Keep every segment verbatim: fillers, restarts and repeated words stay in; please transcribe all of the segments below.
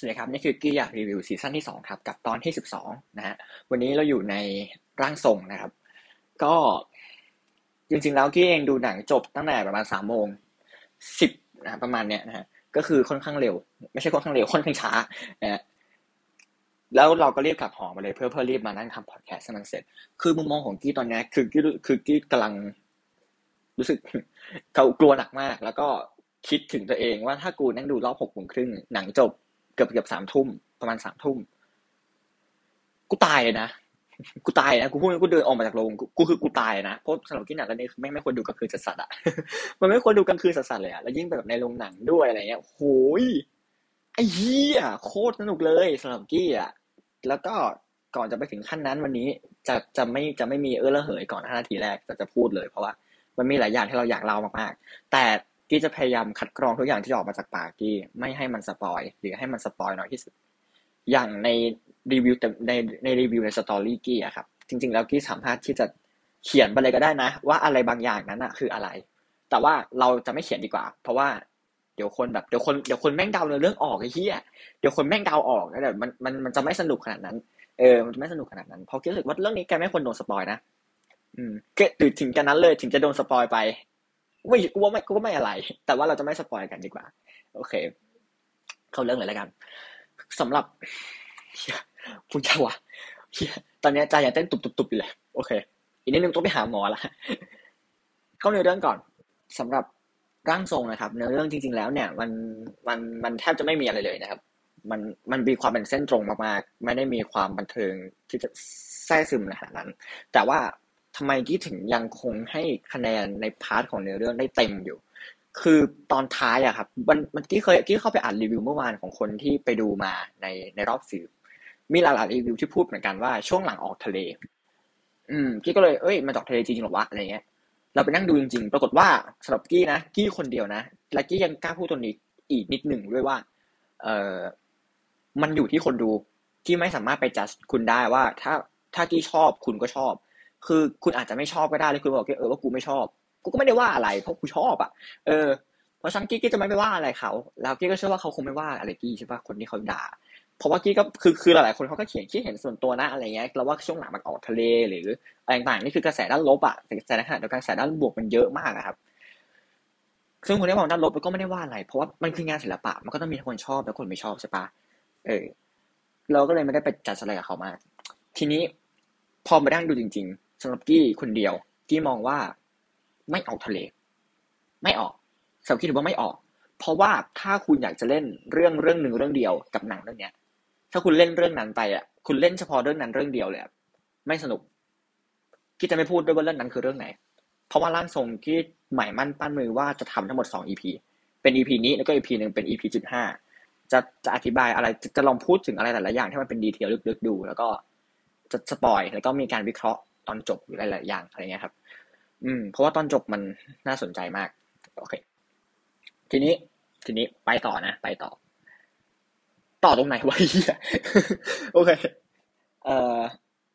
วัสดีครับนี่คือกี้อยากรีวิวซีซั่นที่สองครับกับตอนที่สิบสองนะฮะวันนี้เราอยู่ในร่างทรงนะครับก็จริงๆแล้วกี้เองดูหนังจบตั้งแต่ประมาณสามโมงสิบนะประมาณเนี้ยนะฮะก็คือค่อนข้างเร็วไม่ใช่ค่อนข้างเร็วค่อนข้างช้านะฮะแล้วเราก็รีบกลับหอมาเลยเพื่อเพื่อรีบมานั่งทำพอดแคสต์ให้มันเสร็จคือมุมมองของกี้ตอนนี้คือกี้คือกี้กำลังรู้สึกเขากลัวหนักมากแล้วก็คิดถึงตัวเองว่าถ้ากูนั่งดูรอบหกโมงครึ่งหนังจบเกือบเกือบสามทุ่มประมาณสามทุ่มกูตายเลยนะกูตายนะกูพูดกูเดินออกมาจากโรงกูคือกูตายนะเพราะสำหรับกี้หนังเรื่องนี้ไม่ไม่ควรดูกลางคืนสัสๆอ่ะมันไม่ควรดูกลางคืนสัสๆเลยอ่ะแล้วยิ่งแบบในโรงหนังด้วยอะไรเงี้ยโหยไอ้เหี้ยโคตรสนุกเลยสำหรับกี้อ่ะแล้วก็ก่อนจะไปถึงขั้นนั้นวันนี้จะจะไม่จะไม่มีเออระเหยก่อนห้านาทีแรกจะจะพูดเลยเพราะว่ามันมีหลายอย่างที่เราอยากเล่ามากๆแต่กี้จะพยายามคัดกรองทุกอย่างที่ออกมาจากปากกี้ไม่ให้มันสปอยหรือให้มันสปอยน้อยที่สุดอย่างในรีวิวแต่ในในรีวิวในสตอรี่กี้อะครับจริงๆแล้วกี้สามารถที่จะเขียนไปเลยก็ได้นะว่าอะไรบางอย่างนั้นอะคืออะไรแต่ว่าเราจะไม่เขียนดีกว่าเพราะว่าเดี๋ยวคนแบบเดี๋ยวคนเดี๋ยวคนแม่งเดาเรื่องออกไอ้เหี้ยเดี๋ยวคนแม่งเดาออกแล้วเดี๋ยวมันมันมันจะไม่สนุกขนาดนั้นเออมันจะไม่สนุกขนาดนั้นเพราะกี้รู้สึกว่าเรื่องนี้แกไม่ควรโดนสปอยนะอืมก็ถึงกันนั้นเลยถึงจะโดนสปอยไปไม่กูว่าไม่กูว่าไม่อะไรแต่ว่าเราจะไม่สปอยกันดีกว่าโอเคเข้าเรื่องเลยแล้วกันสำหรับเฮียพูดจาวะเฮียตอนนี้ใจยังเต้นตุบๆๆอยู่เลยโอเคอีกนิดนึงต้องไปหาหมอละเข้าในเรื่องก่อนสำหรับร่างทรงนะครับเนื้อเรื่องจริงๆแล้วเนี่ยมันมันมันแทบจะไม่มีอะไรเลยนะครับมันมันมีความเป็นเส้นตรงมากๆไม่ได้มีความบันเทิงที่จะแทรกซึมขนาดนั้นแต่ว่าทำไมกี้ถึงยังคงให้คะแนนในพาร์ทของเนื้อเรื่องได้เต็มอยู่คือตอนท้ายอะครับมันมันกี้เคยกี้เข้าไปอ่านรีวิวเมื่อวานของคนที่ไปดูมาในในรอบสื่อมีหลายๆรีวิวที่พูดเหมือนกันว่าช่วงหลังออกทะเลอืมกี้ก็เลยเอ้ยมันออกทะเลจริงๆหรอวะอะไรเงี้ยเราไปนั่งดูจริงๆปรากฏว่าสำหรับกี้นะกี้คนเดียวนะและกี้ยังกล้าพูดตัวนี้อีกนิดหนึ่งด้วยว่าเออมันอยู่ที่คนดูกี้ไม่สามารถไปจัดคุณได้ว่าถ้าถ้ากี้ชอบคุณก็ชอบคือคุณอาจจะไม่ชอบก็ได้เลยคุณบอกเออว่ากูไม่ชอบกูก็ไม่ได้ว่าอะไรเพราะกูชอบอ่ะเออเพราะฉะนั้นกี้ก็จะไม่ไปว่าอะไรเขาแล้วกี้ก็เชื่อว่าเขาคงไม่ว่าอะไรกี้ใช่ป่ะคนที่เขาด่า เพราะว่ากี้ก็คือคือหลายๆคนเขาก็เขียนคิดเห็นส่วนตัวนะอะไรเงี้ยแล้วว่าช่วงหลังมันออกทะเลหรืออะไรต่างๆนี่คือกระแสด้านลบอ่ะแต่ในขณะเดียวกันกระแสด้านบวกมันเยอะมากอะครับซึ่งคนที่มองด้านลบมันก็ไม่ได้ว่าอะไรเพราะว่ามันคืองานศิลปะมันก็ต้องมีคนชอบและคนไม่ชอบใช่ปะเออเราก็เลยไม่ได้ไปจัดอะไรกับเขามากทีนี้พอมาดั้งดูจริงๆสำหรับกี้คนเดียวกี้มองว่าไม่ออกทะเลไม่ออกสำหรับกี้ถือว่าไม่ออกเพราะว่าถ้าคุณอยากจะเล่นเรื่องเรื่องหนึ่งเรื่องเดียวกับหนังเรื่องเนี้ย ถ้าคุณเล่นเรื่องนั้นไปอ่ะคุณเล่นเฉพาะเรื่องนั้นเรื่องเดียวเลยอะไม่สนุกที่จะไม่พูดด้วยว่าเรื่องนั้นคือเรื่องไหนเพราะว่าร่างทรงที่หมายมั่นปั้นมือว่าจะทำทั้งหมดสอง อี พี เป็น อี พี นี้แล้วก็ อี พี หนึ่งเป็น อี พี จุดห้าจะจะอธิบายอะไรจะจะลองพูดถึงอะไรหลายๆอย่างที่มันเป็นดีเทลลึกๆดูแล้วก็จะสปอยแล้วก็มีการวิเคราะห์ตอนจบหลายๆอย่างอะไรเงี้ยครับอืมเพราะว่าตอนจบมันน่าสนใจมากโอเคทีนี้ทีนี้ไปต่อนะไปต่อต่อตรงไหนวะเฮียโอเคเอ่อ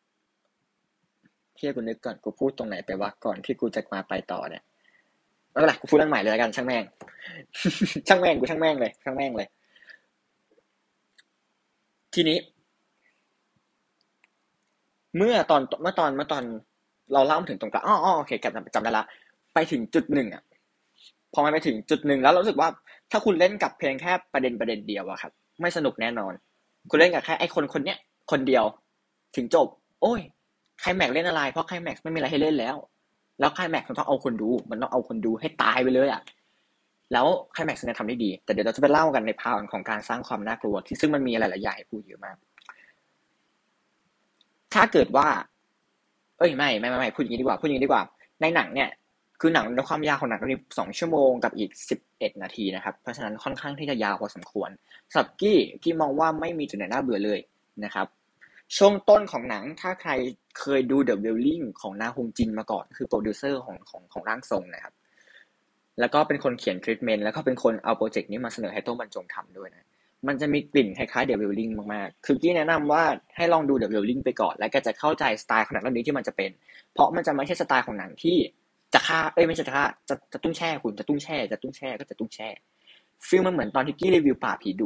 พี่กูนึกก่อนกูพูดตรงไหนไปวะก่อนที่กูจะมาไปต่อเนี่ยไม่เป็นไรกูพูดเรื่องใหม่เลยแล้วกันช่างแม่งช่างแม่งกูช่างแม่งเลยช่างแม่งเลยทีนี้เมื่อตอนเมื่อตอนเมื่อตอนเราเล่าถึงตรงกลางอ๋ออ๋อโอเคจำจำได้ละไปถึงจุดหนึ่งอ่ะพอมันไปถึงจุดหนึ่งแล้วเรารู้สึกว่าถ้าคุณเล่นกับเพียงแค่ประเด็นประเด็นเดียวอะครับไม่สนุกแน่นอนคุณเล่นกับแค่ไอ้คนคนเนี้ยคนเดียวถึงจบโอ้ยไคลแม็กซ์เล่นอะไรเพราะไคลแม็กซ์ไม่มีอะไรให้เล่นแล้วแล้วไคลแม็กซ์มันต้องเอาคนดูมันต้องเอาคนดูให้ตายไปเลยอะ แล้วไคลแม็กซ์เนี่ยทำได้ดีแต่เดี๋ยวเราจะไปเล่ากันในพาร์ทของการสร้างความน่ากลัวที่ซึ่งมันมีหลายๆอย่างให้พูดเยอะมากถ้าเกิดว่าเอ้ยไม่ไม่ไม่ไม่พูดอย่างนี้ดีกว่าพูดอย่างนี้ดีกว่าในหนังเนี่ยคือหนังในความยาวของหนังก็มีสองชั่วโมงกับอีกสิบเอ็ดนาทีนะครับเพราะฉะนั้นค่อนข้างที่จะยาวพอสมควรสำหรับกี้กี้มองว่าไม่มีจุดไหนน่าเบื่อเลยนะครับช่วงต้นของหนังถ้าใครเคยดู The Wailing ของนาฮงจินมาก่อนคือโปรดิวเซอร์ของของของร่างทรงนะครับ แล้วก็เป็นคนเขียนทรีทเมนต์แล้วก็เป็นคนเอาโปรเจกต์นี้มาเสนอให้โต้งบรรจงทำด้วยนะมันจะมีกลิ่นคล้ายๆเดวิลลิงมากๆคือกี้แนะนำว่าให้ลองดูเดวิลลิงไปก่อนแล้วก็จะเข้าใจสไตล์ของหนังเรื่องนี้ที่มันจะเป็นเพราะมันจะไม่ใช่สไตล์ของหนังที่จะฆ่าเอ้ยไม่ใช่จะฆ่าจะจะตุ้งแช่คุณจะตุ้งแช่จะตุ้งแช่ก็จะตุ้งแช่ฟีลมันเหมือนตอนที่กี้รีวิวป่าผีดุอะ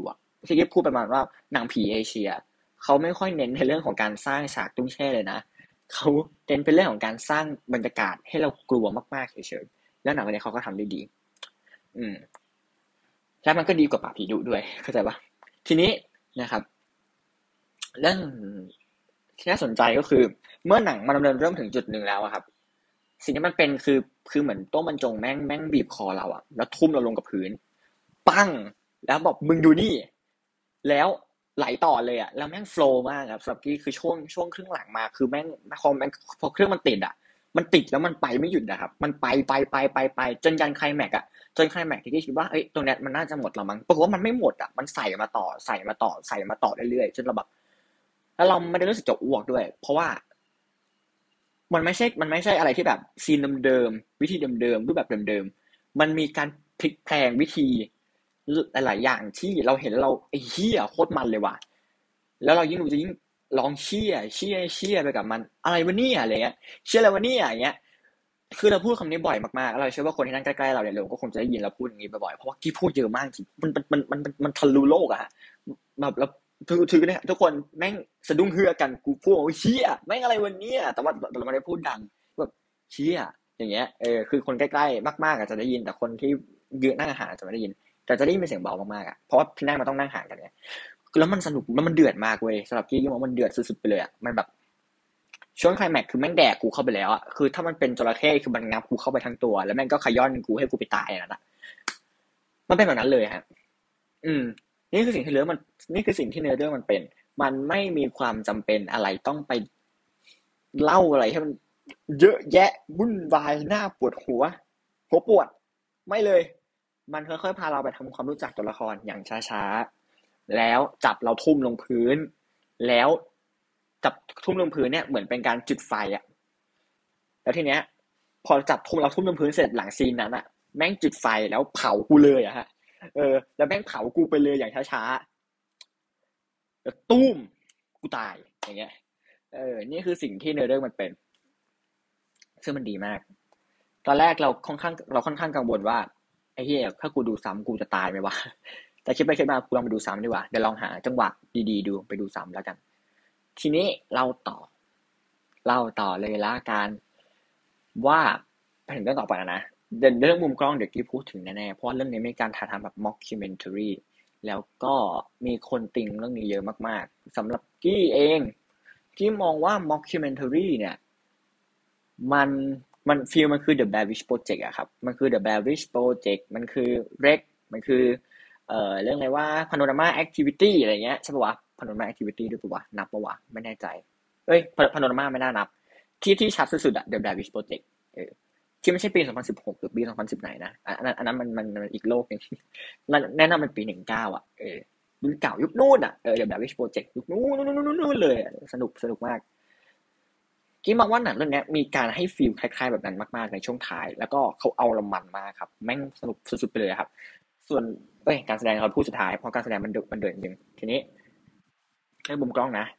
ที่กิ๊บพูดประมาณว่าหนังผีเอเชียเขาไม่ค่อยเน้นในเรื่องของการสร้างฉากตุ้งแช่เลยนะเขาเน้นเป็นเรื่องของการสร้างบรรยากาศให้เรากลัวมากๆเฉยๆแล้วหนังเรื่องนี้เขาก็ทำได้ดีอืมแล้วมันก็ดีกว่าป่าบผีดุด้วยเข้าใจปะทีนี้นะครับเรื่องที่น่าสนใจก็คือเมื่อหนังมันดำเนินเรื่องถึงจุดหนึ่งแล้วอะครับ สิ่งที่มันเป็นคือคือเหมือนโต้มบรรจงแม่งแม่งบีบคอเราอะแล้วทุ่มเราลงกับพื้นปั้งแล้วบอกมึงดูนี่แล้วไหลต่อเลยอะแล้วแม่งโฟล์มากครับสำหรับกี้คือช่วงช่วงครึ่งหลังมาคือแม่งพอแม่งพอเครื่องมันติดอะมันติดแล้วมันไปไม่หยุดอะครับมันไปไปไปไปไปจนยันไคลแม็กอะจนไคลแม็กที่กี้คิดว่าเอ้ยตรงเนี้ยมันน่าจะหมดแล้วมั้งปรากฏว่ามันไม่หมดอะมันใส่มาต่อใส่มาต่อใส่มาต่อเรื่อยๆจนเราแบบแล้วเราไม่ได้รู้สึกจะอ้วกด้วยเพราะว่า มันไม่ใช่มันไม่ใช่อะไรที่แบบซีนเดิมๆวิธีเดิมๆรูปแบบเดิมๆมันมีการพลิกแพลงวิธีหลายๆอย่างที่เราเห็นแล้วเราไอ้เหี้ยโคตรมันเลยว่ะแล้วเรายิ่งดูจะยิ่งร้องเชี่ยเชี่ยเชี่ยไปกับมันอะไรวะเนี่ยอะไรเงี้ยเชี่ยอะไรวะเนี่ยอย่างเงี้ยคือเราพูดคำนี้บ่อยมากๆแล้วเราเชื่อว่าคนที่นั่งใกล้ๆเราเนี่ยเราก็คงจะได้ยินเราพูดอย่างนี้บ่อยๆเพราะว่ากี้พูดเยอะมากจริงมันมันมันมันมันทะลุโลกอะฮะแบบแล้ว ถือถือเนี่ยทุกคนแม่งสะดุ้งเฮือกกันกูพูดว่าเชี่ยแม่งอะไรวันนี้แต่ว่าเราไม่ได้พูดดังแบบเชี่ยอย่างเงี้ยเออคือคนใกล้ๆมากๆอาจจะได้ยินแต่คนที่ยืนนั่งอาหารจะไม่ได้ยินแต่จะได้ยินเป็นเสียงเบามากๆอ่ะเพราะว่าที่นั่งมันต้องนั่งห่างกันไงแล้วมันสนุกแล้วมันเดือดมากเว้ยสำหรับกี้ว่ามันเดือดสุดๆไปเลยอ่ะมันแบบช่วงไคลแม็กซ์คือแม่งแดกกูเข้าไปแล้วอ่ะคือถ้ามันเป็นจระเข้คือมันงับกูเข้าไปทั้งตัวแล้วแม่งก็ขย้อนกูให้กูไปตายอ่ะนะมันเป็นแบบนั้นเลยฮะ อืมนี่คือสิ่งที่เรื่องมันนี่คือสิ่งที่เนื้อเรื่องมันเป็นมันไม่มีความจำเป็นอะไรต้องไปเล่าอะไรให้มันเยอะแยะวุ่นวายหน้าปวดหัวหัวปวดไม่เลยมันค่อยๆพาเราไปทำความรู้จักตัวละครอย่างช้าๆแล้วจับเราทุ่มลงพื้นแล้วจับทุ่มลงพื้นเนี่ยเหมือนเป็นการจุดไฟอะแล้วทีเนี้ยพอจับทุ่มเราทุ่มลงพื้นเสร็จหลังซีนนั้นอะแม่งจุดไฟแล้วเผากูเลยอะฮะเออแล้วแม่งเผากูไปเลยอย่างช้าๆ แล้วตุ้มกูตายอย่างเงี้ยเออนี่คือสิ่งที่เนื้อเรื่องมันเป็นซึ่งมันดีมากตอนแรกเราค่อนข้างเราค่อนข้างกังวลว่าไอ้เหี้ยถ้ากูดูซ้ำกูจะตายไหมวะแต่คิดไปคิดมากูลองไปดูซ้ำดีกว่าเดี๋ยวลองหาจังหวะดีๆดูไปดูซ้ำแล้วกันทีนี้เราต่อเล่าต่อเลยละกันว่าไปถึงเรื่องต่อไปแล้วนะเดินเรื่องมุมกล้องเดี๋ยวกี้พูดถึงแน่ๆเพราะว่าเรื่องนี้มีการถ่ายทำแบบ mockumentary แล้วก็มีคนติงเรื่องนี้เยอะมากๆสำหรับกี้เองกี้มองว่า mockumentary เนี่ยมันมันฟีลมันคือ The Blair Witch Project อะครับมันคือ The Blair Witch Project มันคือ Rec มันคือเอ่อเรื่องอะไรว่า Panorama Activity อะไรเงี้ยใช่ปะวะ Panorama Activity ด้วยปะวะนับปะวะไม่แน่ใจเอ้ย Panorama ไม่น่านับที่ที่ชัดสุดๆอะ The Blair Witch Project เออที่ไม่ใช่ปีสองพันสิบหกหรือปีสองพันสิบไหนนะอันนั้นอันนั้นมันมันมันอีกโลกนึงแนะนำเป็นปีหนึ่งเก้าอ่ะเออรุ่นเก่ายุคนู้นอ่ะเออเดี๋ยวแบบวิชโปรเจกต์ยุคนู้นนู้นนู้นนู้นเลยสนุกสนุกมากกี้มองว่าหนังเรื่องนี้มีการให้ฟีลคล้ายๆแบบนั้นมากๆในช่วงท้ายแล้วก็เขาเอาละมันมากครับแม่งสนุกสุดๆไปเลยครับส่วนเอ้ยการแสดงเขาพูดสุดท้ายเพราะการแสดงมันเดือดมันเดือดจริงทีนี้ให้มุมกล้องนะ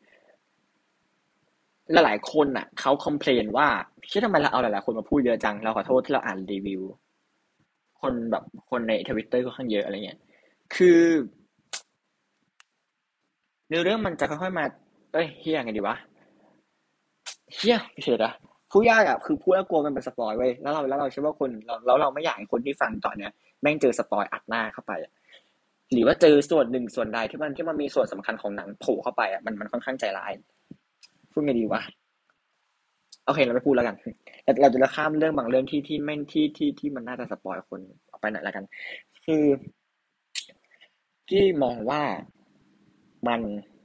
หลายๆคนอ่ะเขาคอมเพลนว่าเชื่อทำไมเราเอาหลายๆคนมาพูดเยอะจังเราขอโทษที่เราอ่านรีวิวคนแบบคนในทวิตเตอร์ค่อนข้างเยอะอะไรเงี้ยคือเนื้อเรื่องมันจะค่อยๆมาเอ้ยเฮียไงดีวะ เฮียเฉยอะผู้ยากอะคือพูดแล้วกลัวมันเป็นสปอยเว้ยแล้วเราแล้วเราเชื่อว่าคนเราแล้วเราไม่อยากให้คนที่ฟังตอนเนี้ยแม่งเจอสปอยอัดหน้าเข้าไปอะหรือว่าเจอส่วนหนึ่งส่วนใดที่มันที่มันมีส่วนสำคัญของหนังโผล่เข้าไปอะมันมันค่อนข้างใจร้ายพูดไงดีวะโอเคเราไม่พูดแล้วกันเราเราจะข้ามเรื่องบางเรื่องที่ที่ไม่ที่ที่ที่มันน่าจะสปอยคนออกไปหน่อยแล้วกันคือที่มองว่ามัน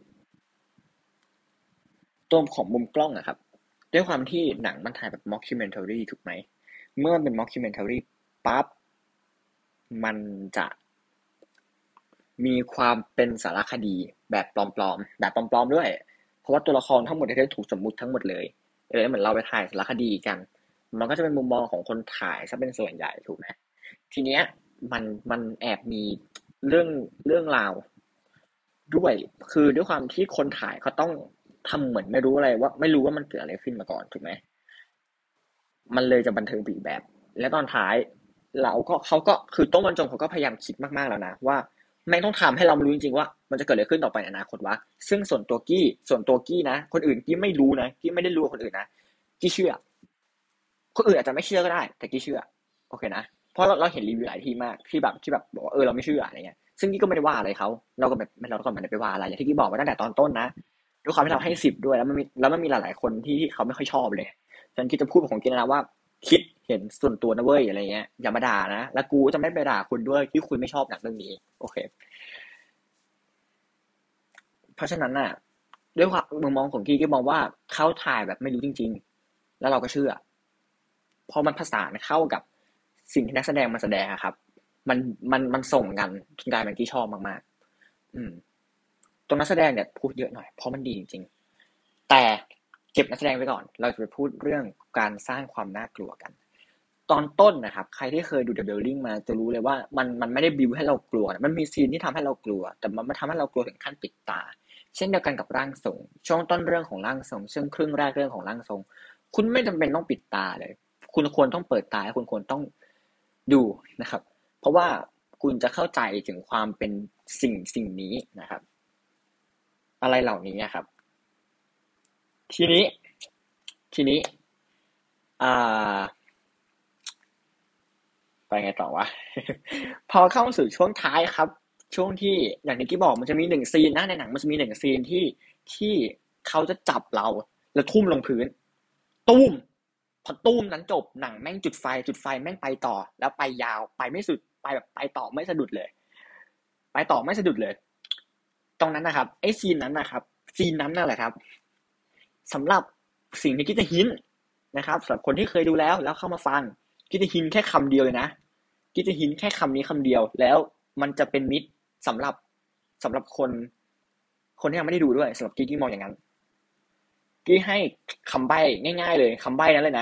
ตัวของมุมกล้องอะครับด้วยความที่หนังมันถ่ายแบบ mockumentary ถูกไหมเมื่อเป็น mockumentary ปั๊บ มันจะมีความเป็นสารคดีแบบปลอมๆแบบปลอมๆด้วยเพราะว่าตัวละครทั้งหมดได้ถูกสมมุติทั้งหมดเลยเออเหมือนเราไปถ่ายสารคดีกันมันก็จะเป็นมุมมองของคนถ่ายซะเป็นส่วนใหญ่ถูกไหมทีเนี้ยมันมันแอบมีเรื่องเรื่องราวด้วยคือด้วยความที่คนถ่ายเขาต้องทำเหมือนไม่รู้อะไรว่าไม่รู้ว่ามันเกิดอะไรขึ้นมาก่อนถูกไหม มันเลยจะบันเทิงไปอีกแบบและตอนท้ายเราก็เขาก็คือโต้งบรรจงเขาก็พยายามคิดมากๆแล้วนะว่าแม่งต้องทำให้เรารู้จริงๆว่ามันจะเกิดอะไรขึ้นต่อไปในอนาคตวะซึ่งส่วนตัวกี้ส่วนตัวกี้นะคนอื่นกี้ไม่รู้นะกี้ไม่ได้รู้กับคนอื่นนะกี้เชื่อคนอื่นอาจจะไม่เชื่อก็ได้แต่กี้เชื่อโอเคนะเพราะเราเราเห็นรีวิวหลายที่มากที่แบบที่แบบบอกว่าเออเราไม่เชื่ออะไรเงี้ยซึ่งกี้ก็ไม่ได้ว่าอะไรเขาเราก็แบบเราก็ไม่ได้ไปว่าอะไรอย่างที่กี้บอกไว้ตั้งแต่ตอนต้นนะด้วยความที่เราให้สิบด้วยแล้วมันมีแล้วมันมีหลายๆคนที่ที่เขาไม่ค่อยชอบเลยฉันคิดจะพูดของกี้นะว่าคิดเห็นส่วนตัวนะเว้ยอะไรเงี้ยอย่ามาด่านะแล้วกูจะไม่ไปด่าคุณด้วยที่คุณไม่ชอบหนังเรื่องนี้โอเค เพราะฉะนั้นน่ะด้วยความมุมมองของกี้ก็มองว่าเขาถ่ายแบบไม่รู้จริงๆแล้วเราก็เชื่อพอมันผสานเข้ากับสิ่งที่นักแสดงมาแสดงอะครับมันมันมันส่งกันจนกลายเป็นที่ชอบมากๆอืมตรงนักแสดงเนี่ยพูดเยอะหน่อยเพราะมันดีจริงๆแต่เก็บนักแสดงไว้ก่อนเราจะไปพูดเรื่องการสร้างความน่ากลัวกันตอนต้นนะครับใครที่เคยดู The Building มาจะรู้เลยว่ามันมันไม่ได้บิวให้เรากลัวนะมันมีซีนที่ทำให้เรากลัวแต่มันไม่ทำให้เรากลัวถึงขั้นปิดตา เช่นเดียวกันกับร่างทรงช่วงต้นเรื่องของร่างทรงช่วงครึ่งแรกเรื่องของร่างทรงคุณไม่จำเป็นต้องปิดตาเลยคุณควรต้องเปิดตาคุณควรต้องดูนะครับเพราะว่าคุณจะเข้าใจถึงความเป็นสิ่งสิ่งนี้นะครับอะไรเหล่านี้ครับทีนี้ทีนี้อ่าไปไงต่อวะพอเข้าสู่ช่วงท้ายครับช่วงที่อย่างที่กี้บอกมันจะมีหนึ่งซีนนะในหนังมันจะมีหนึ่งซีนที่ที่เขาจะจับเราแล้วทุ่มลงพื้น ตุ้มพอตุ้มนั้นจบหนังแม่งจุดไฟจุดไฟแม่งไปต่อแล้วไปยาวไปไม่สุดไปแบบไปต่อไม่สะดุดเลยไปต่อไม่สะดุดเลยตรงนั้นนะครับไอ้ซีนนั้นนะครับซีนนั้นนั่นแหละครับสำหรับสิ่งที่คิดจะหินนะครับสำหรับคนที่เคยดูแล้วแล้วเข้ามาฟังคิดจะหินแค่คำเดียวเลยนะคิดจะหินแค่คำนี้คำเดียวแล้วมันจะเป็นมิตรสำหรับสำหรับคนคนที่ยังไม่ได้ดูด้วยสำหรับกิ๊กที่มองอย่างนั้นกิ๊กให้คำใบ้ง่ายๆเลยคำใบ้นั้นเลยนะ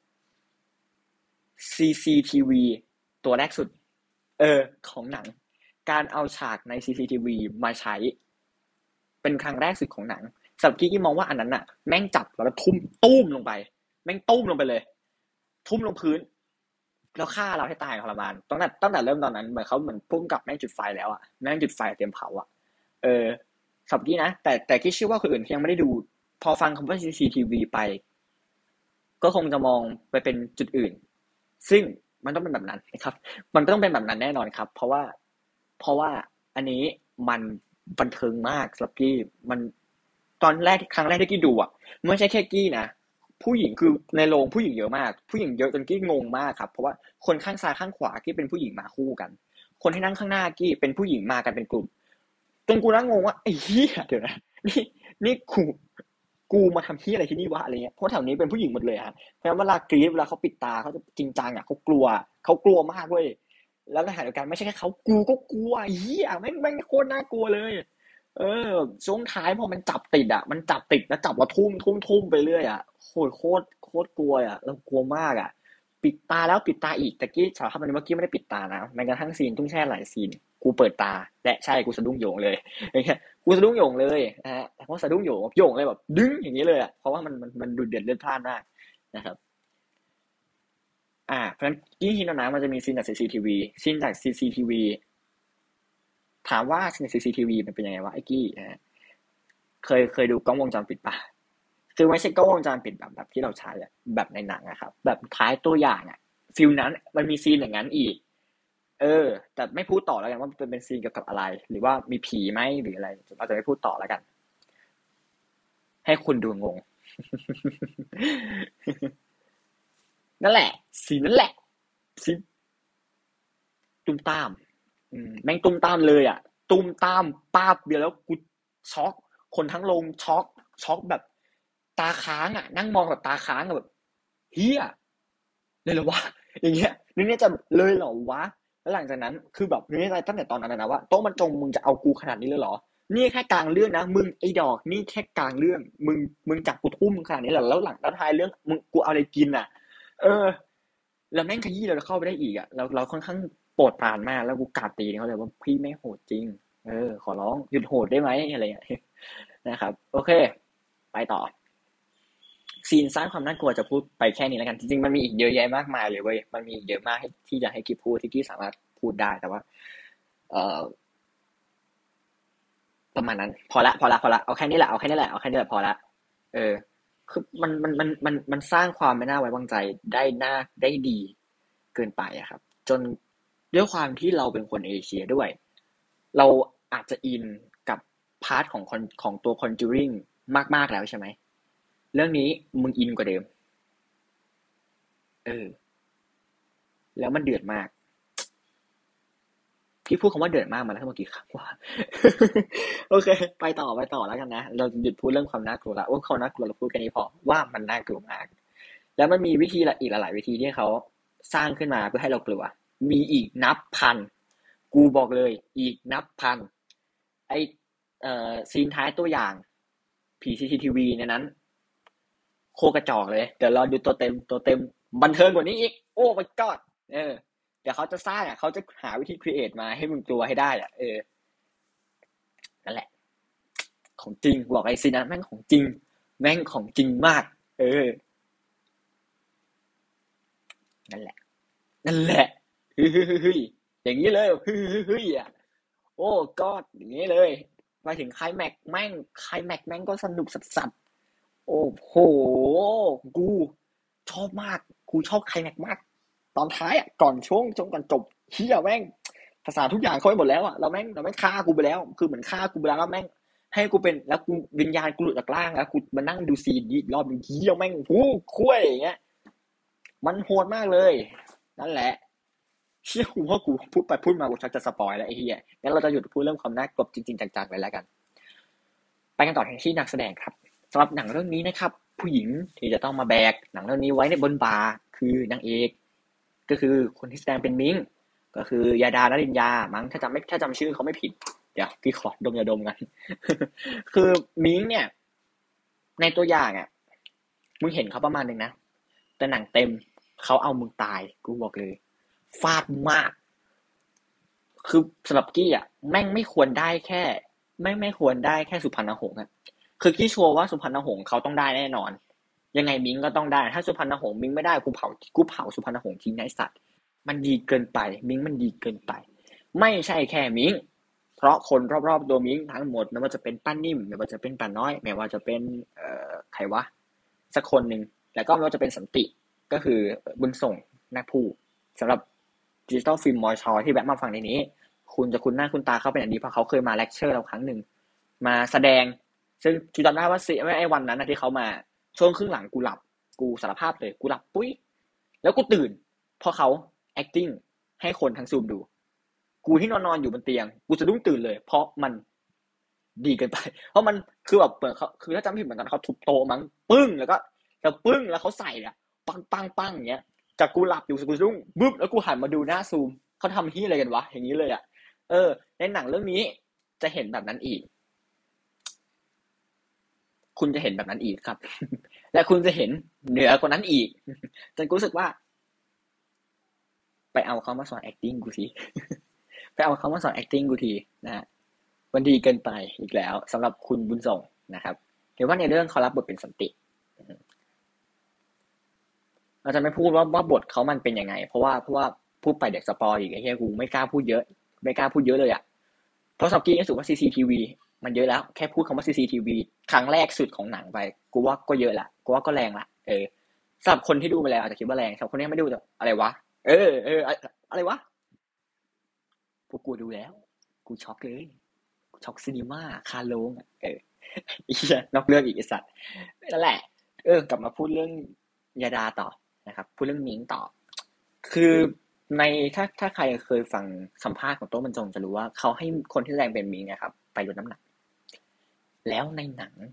ซี ซี ที วี ตัวแรกสุดเออของหนังการเอาฉากใน ซี ซี ที วี มาใช้เป็นครั้งแรกสุดของหนังสำหรับกี้กี้มองว่าอันนั้นน่ะแม่งจับแล้วทุ่มตุ้มลงไปแม่งตุ้มลงไปเลยทุ่มลงพื้นแล้วฆ่าเราให้ตายทรมานตั้งแต่ตั้งแต่เริ่มตอนนั้นเหมือนเขาเหมือนพุ่งกลับแม่งจุดไฟแล้วอะแม่งจุดไฟเตรียมเผาอะเออสำหรับกี้นะแต่แต่กี้เชื่อว่าคนอื่นที่ยังไม่ได้ดูพอฟังคำว่า ซี ซี ที วี ไปก็คงจะมองไปเป็นจุดอื่น ซึ่งมันต้องเป็นแบบนั้นนะครับมันต้องเป็นแบบนั้นแน่นอนครับเพราะว่าเพราะว่าอันนี้มันบันเทิงมากสำหรับกี้มันตอนแรกครั้งแรกที่กี้ดูอ่ะไม่ใช่แค่กี้นะผู้หญิงคือในโรงผู้หญิงเยอะมากผู้หญิงเยอะจนกี้งงมากครับเพราะว่าคนข้างซ้ายข้างขวากี้เป็นผู้หญิงมาคู่กันคนที่นั่งข้างหน้ากี้เป็นผู้หญิงมากันเป็นกลุ่มจนกูนั่งงงว่าไอ้เหี้ยเดี๋ยวนะนี่นี่กูกูมาทำเหี้ยอะไรที่นี่วะอะไรเงี้ยเพราะแถวนี้เป็นผู้หญิงหมดเลยอะ เพราะฉะนั้นเวลากรี๊ดเวลาเขาปิดตาเขาจะจริงจังอ่ะเขากลัวเขากลัวมากเว้ยแล้วในขณะเดียวกันไม่ใช่แค่เขากูก็กลัวเฮียแม่งแม่งโคตรน่ากลัวเลยเออช่วงท้ายพอมันจับติดอ่ะมันจับติดแล้วจับเราทุ่มทุ่มทุ่มไปเรื่อยอ่ะโคตรโคตรโคตรกลัวอ่ะเรากลัวมากอ่ะปิดตาแล้วปิดตาอีกแต่กี้สารภาพมันเมื่อกี้ไม่ได้ปิดตานะแม้กระทั่งซีนตุ้งแช่หลายซีนกูเปิดตาและใช่กูสะดุ้งโยงเลยกูสะดุ้งโยงเลยนะฮะเพราะสะดุ้งโยงโยงเลยแบบดึงอย่างนี้เลยอ่ะเพราะว่ามันมันมันดูเดือดเลือดพล่านมากนะครับ อ่าเพราะฉะนั้นยิ่งฮินโนนะมันจะมีซีนจาก ซี ซี ที วี ซีนจาก ซี ซี ที วี ถามว่าซีนจาก ซี ซี ที วี มันเป็นยังไงวะไอ้กี้นะเคยเคยดูกล้องวงจรปิดปะคือไม่ใช่กล้องวงจรปิดแบบแบบที่เราใช้อะแบบในหนังอะครับแบบท้ายตัวอย่างอะฟิลนั้นมันมีซีนอย่างนั้นอีกเออแต่ไม่พูดต่อแล้วกันว่ามันเป็นซีนเกี่ยวกับอะไรหรือว่ามีผีไหมหรืออะไรเราจะไม่พูดต่อแล้วกันให้คุณดูงงนั่นแหละซีนนั่นแหละซีนตุ้มตาม อืมแม่งตุ้มตามเลยอ่ะตุ้มตามป้าบเดียวแล้วกูช็อกคนทั้งโรงช็อกช็อกแบบตาค้างอ่ะนั่งมองแบบตาค้างอะแบบเฮียเลยเหรอวะอย่างเงี้ยนึกในใจแบบเลยเหรอวะแล้วหลังจากนั้นคือแบบนึกในใจตั้งแต่ตอนนั้นนะว่าโต๊ะมันจงมึงจะเอากูขนาดนี้เลยเหรอนี่แค่กลางเรื่องนะมึงไอ้ดอกนี่แค่กลางเรื่องมึงมึงจับกูทุ่มขนาดนี้เหรอแล้วหลังแล้วท้ายเรื่องมึงกูเอาอะไรกินอ่ะเออ แล้วแม่งขยี้เราเข้าไปได้อีกอ่ะเราเราค่อนข้างโปรดปรานมากแล้วกูกราบตีนเขาเลยว่าพี่ไม่โหดจริงเออขอร้องหยุดโหดได้ไหมอะไรอย่างเงี้ยนะครับโอเคไปต่อซีนสร้างความน่ากลัวจะพูดไปแค่นี้แล้วกันจริงๆมันมีอีกเยอะแยะมากมายเลยเว้ยมันมีเยอะมากที่จะให้กิ๊บพูดที่กิ๊บสามารถพูดได้แต่ว่าเออประมาณนั้น พอละพอละพอละเอาแค่นี้แหละเอาแค่นี้แหละเอาแค่นี้แหละพอละเออคือมันมันมันมันมันสร้างความไม่น่าไว้วางใจได้น่าได้ดีเกินไปอะครับจนด้วยความที่เราเป็นคนเอเชียด้วยเราอาจจะอินกับพาร์ทของคนของตัว Conjuring มากๆแล้วใช่ไหมเรื่องนี้มึงอินกว่าเดิมเออแล้วมันเดือดมาก พี่พูดคำว่าเดือดมากมาแล้วทั้งหมดกี่ครั้งว่า โอเคไปต่อไปต่อแล้วกันนะเราหยุดพูดเรื่องความน่ากลัวละว่าความน่ากลัวเราพูดแค่นี้พอว่ามันน่ากลัวมากแล้วมันมีวิธีละอีกหลายๆวิธีที่เขาสร้างขึ้นมาเพื่อให้เรากลัวมีอีกนับพันกูบอกเลยอีกนับพันไอเอ่อซีนท้ายตัวอย่างผี ซี ซี ที วี ในนั้นโคกระจอกเลยเดี๋ยวรอดูตัวเต็มตัวเต็มบันเทิงกว่านี้อีกโอ้ my god เออเดี๋ยวเขาจะสร้างอ่ะเขาจะหาวิธีครีเอทมาให้มึงกลัวให้ได้อ่ะเออนั่นแหละของจริงบอกไอ้ซีนั้นแม่งของจริงแม่งของจริงมากเออนั่นแหละนั่นแหละเฮ้ยเฮ้ยเฮ้ยอย่างนี้เลยเฮ้ยเฮ้ยเฮ้ยอ่ะโอ้ก็อย่างนี้เลยมาถึงไคลแม็กแม่งไคลแม็กแม่งก็สนุกสัสๆโอ้โหกูชอบมากกูชอบไคลแม็กมากตอนท้ายอ่ะก่อนช่วงจงก่อนจบเฮียแม่งภาษาทุกอย่างเขาไปหมดแล้วอ่ะเราแม่งเราแม่งฆ่ากูไปแล้วคือเหมือนฆ่ากูไปแล้วแล้วแม่งให้กูเป็นแล้วกูวิญญาณกูหลุดจากร่างแล้วกูมานั่งดูซีนนี้อีกรอบนึงเฮียแม่งหูคุ้ยอย่างเงี้ยมันโหดมากเลยนั่นแหละเชี่ยกูว่ากูพูดไปพูดมากูชักจะสปอยแล้วไอ้เหี้ยงั้นเราจะหยุดพูดเรื่องความน่ากลัวจริงๆจังๆไปแล้วกันไปกันต่อที่นักแสดงครับสำหรับหนังเรื่องนี้นะครับผู้หญิงที่จะต้องมาแบกหนังเรื่องนี้ไว้ในบนบ่าคือนางเอกก็คือคนที่แสดงเป็นมิ้งก็คือยาดานรินยามั้งถ้าจำไม่ถ้าจำชื่อเขาไม่ผิดเดี๋ยวพี่ขอดมยาดมกันคือมิ้งเนี่ยในตัวอย่างอ่ะมึงเห็นเขาประมาณนึงนะแต่หนังเต็มเขาเอามึงตายกูบอกเลยฟาดมาก คือสำหรับกี้อ่ะแม่งไม่ควรได้แค่ไม่ไม่ควรได้แค่สุพรรณหงส์อ่ะคือกี้ชัวร์ว่าสุพรรณหงส์เขาต้องได้แน่นอนยังไงมิงก็ต้องได้ถ้าสุพรรณหงส์มิงไม่ได้กูเผากูเผาสุพรรณหงส์ทิ้งไอ้สัตว์มันดีเกินไปมิงมันดีเกินไปไม่ใช่แค่มิงเพราะคนรอบๆตัวมิงทั้งหมดไม่ว่าจะเป็นป้านิ่มไม่ว่าจะเป็นป้าน้อยไม่ว่าจะเป็นเอ่อใครวะสักคนหนึ่งแล้วก็ไม่ว่าจะเป็นสันติก็คือบุญส่งนักพูสำหรับดิจิตอลฟิล์มมอชอที่แวะมาฟังในนี้ คุณจะคุ้นหน้าคุ้นตาเขาเป็นอย่างดีเพราะเขาเคยมาเลคเชอร์เราครั้งหนึ่งมาแสดงซึ่งจูจำได้ว่าสิไม่ไอ้วันนั้นนะที่เขามาช่วงครึ่งหลังกูหลับกูสารภาพเลยกูหลับปุ้ยแล้วกูตื่นเพราะเขา acting ให้คนทั้งซูมดูกูที่นอนนอนอยู่บนเตียงกูจะดุ้งตื่นเลยเพราะมันดีเกินไปเพราะมันคือแบบเหมือนเขาคือถ้าจำไม่ผิดเหมือนกันเขาทุบโต๊ะมั้งปึ้งแล้วก็แล้วปึ้งแล้วเขาใส่อะปังปังปังอย่างเงี้ยจากกูหลับอยู่กูสะดุ้งบึ้บแล้วกูหันมาดูหน้าซูมเขาทำที่อะไรกันวะอย่างนี้เลยอะ เออในหนังเรื่องนี้จะเห็นแบบนั้นอีก คุณจะเห็นแบบนั้นอีกครับ และคุณจะเห็นเหนือกว่านั้นอีกจนกูรู้สึกว่าไปเอาเขามาสอน acting กูสิไปเอาเขามาสอน acting กูทีนะฮะมันดีเกินไปอีกแล้วสำหรับคุณบุญส่งนะครับเห็นว่าในเรื่องเขารับบทเป็นสันติเราจะไม่พูดว่าว่าบทเขามันเป็นยังไงเพราะว่าเพราะว่าพูดไปเด็กสปอยอีกไอ้เหี้ยกูไม่กล้าพูดเยอะไม่กล้าพูดเยอะเลยอ่ะ เพราะสกี้รู้สึกว่า ซี ซี ที วี มันเยอะแล้วแค่พูดคำว่า ซี ซี ที วี ครั้งแรกสุดของหนังไปกูว่าก็เยอะละกูว่าก็แรงละเออสำหรับคนที่ดูไปแล้วอาจจะคิดว่าแรงสำหรับคนที่ไม่ดูจะอะไรวะเออเอออะไรวะพวกกูดูแล้วกูช็อกเลยกูช็อกซีนีมาคาโลงเออไอ้เหี้ยนอกเรื่องอีกไอ้สัตว์นั่นแหละเออกลับมาพูดเรื่องยาดาต่อนะครับพูดเรื่องมิงต่อคือในถ้าถ้าใครเคยฟังสัมภาษณ์ของโต้บรรจงจะรู้ว่าเขาให้คนที่แสดงเป็นมิงนะครับไปลดน้ำหนักแล้วในหนัง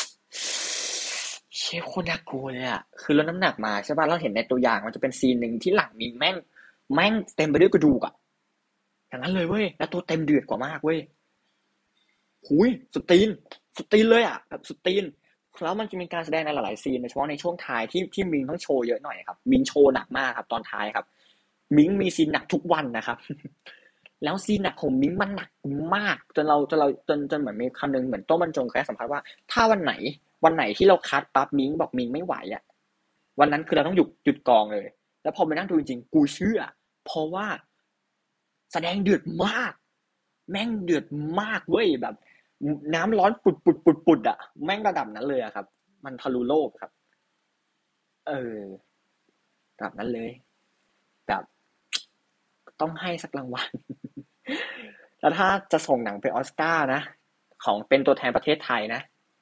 เชี่ยโคตรน่ากลัวเลยอ่ะคือลดน้ำหนักมาใช่ป่ะเราเห็นในตัวอย่างมันจะเป็นซีนหนึ่งที่หลังมิงแม่งแม่งเต็มไปด้วยกระดูกอ่ะอย่างนั้นเลยเว้ยแล้วตัวเต็มเดือดกว่ามากเว้ยหุยสุดตีนสุดตีนเลยอ่ะแบบสุดตีนแล้วมันจะมีการแสดงในหลายๆซีนโดยเฉพาะในช่วงท้ายที่ที่มิงต้องโชว์เยอะหน่อยครับมิงโชว์หนักมากครับตอนท้ายครับ มิงมีซีนหนักทุกวันนะครับแล้วซีนหนักของมิงมันหนักมากจนเราจนเราจนจนเหมือนมีคำนึงเหมือนโต้บรรจงเคยสัมภาษณ์ว่าถ้าวันไหนวันไหนที่เราคัดปั๊บมิงบอกมิงไม่ไหวอ่ะวันนั้นคือเราต้องหยุดหยุดกองเลยแล้วพอมานั่งดูจริงๆกูเชื่อเพราะว่าแสดงเดือดมากแม่งเดือดมากเว้ยแบบน้ำร้อนปุดปุดปุดปุดอ่ะแม่งระดับนั้นเลยอะครับมันทะลุโลกครับเออระดับนั้นเลยแบบต้องให้สักรางวัลแล้วถ้าจะส่งหนังไปออสการ์นะของเป็นตัวแทนประเทศไทยนะ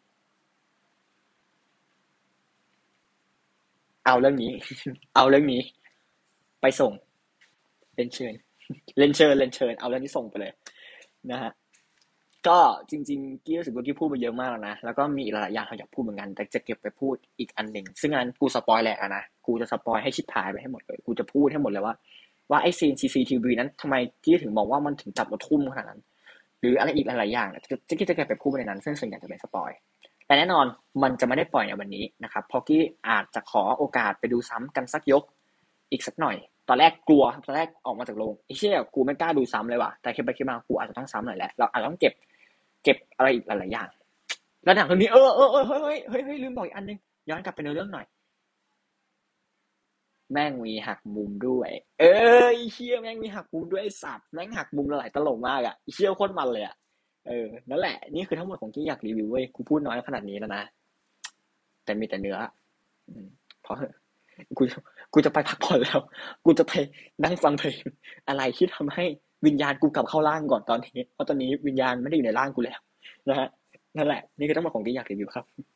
เอาเรื่องนี้เอาเรื่องนี้ไปส่งเรียนเชิญเรียนเชิญเรียนเชิญเอาเรื่องนี้ส่งไปเลยนะฮะ ก็จริงๆกี้รู้สึกว่ากี้พูดไปเยอะมากแล้วนะแล้วก็มีอีกหลายๆอย่างที่อยากพูดเหมือนกันแต่จะเก็บไปพูดอีกอันหนึ่งซึ่งอันนั้นกูสปอยแหละนะกูจะสปอยให้ชิบหายไปให้หมดเลยกูจะพูดให้หมดเลยว่าว่าไอ้ซีน ซี ซี ที วี นั้นทำไมกี้ถึงบอกว่ามันถึงจับมาทุ่มขนาดนั้นหรืออะไรอีกหลายๆอย่างจะจะกี้จะเก็บไปพูดในนั้นซึ่งส่วนใหญ่จะเป็นสปอยแต่แน่นอนมันจะไม่ได้ปล่อยในวันนี้นะครับเพราะกี้อาจจะขอโอกาสไปดูซ้ำกันสักยกอีกสักหน่อยตอนแรกกลัวตอนแรกออกมาจากโรงไอ้เชี่ยกูไม่กล้าดูซ้ำเลยว่ะแต่คิดไปคิดมากูอาจจะต้องซ้ำหน่อยแหละเราอาจจะต้องเก็บ เก็บอะไรอีกหลายๆอย่างแล้วหนังเรื่องนี้เออเออเออเฮ้ยเฮ้ยเฮ้ยลืมบอกอีกอันนึงย้อนกลับไปในเรื่องหน่อยแม่งมีหักมุมด้วยเออไอเชี่ยแม่งมีหักมุมด้วยไอ้สัตว์แม่งหักมุมหลายตลกมากอ่ะไอเชี่ยโคตรมันเลยอ่ะเออนั่นแหละนี่คือทั้งหมดของที่อยากรีวิวเว้ยกูพูดน้อยขนาดนี้แล้วนะแต่มีแต่เนื้อเพราะกูกูจะไปพักผ่อนแล้วกูจะไปนั่งฟังเพลงอะไรที่ทำให้วิญญาณกูกลับเข้าร่างก่อนตอนนี้เพราะตอนนี้วิญญาณไม่ได้อยู่ในร่างกูแล้วนะฮะนั่นแหละนี่คือทั้งหมดของที่อยากรีวิวครับ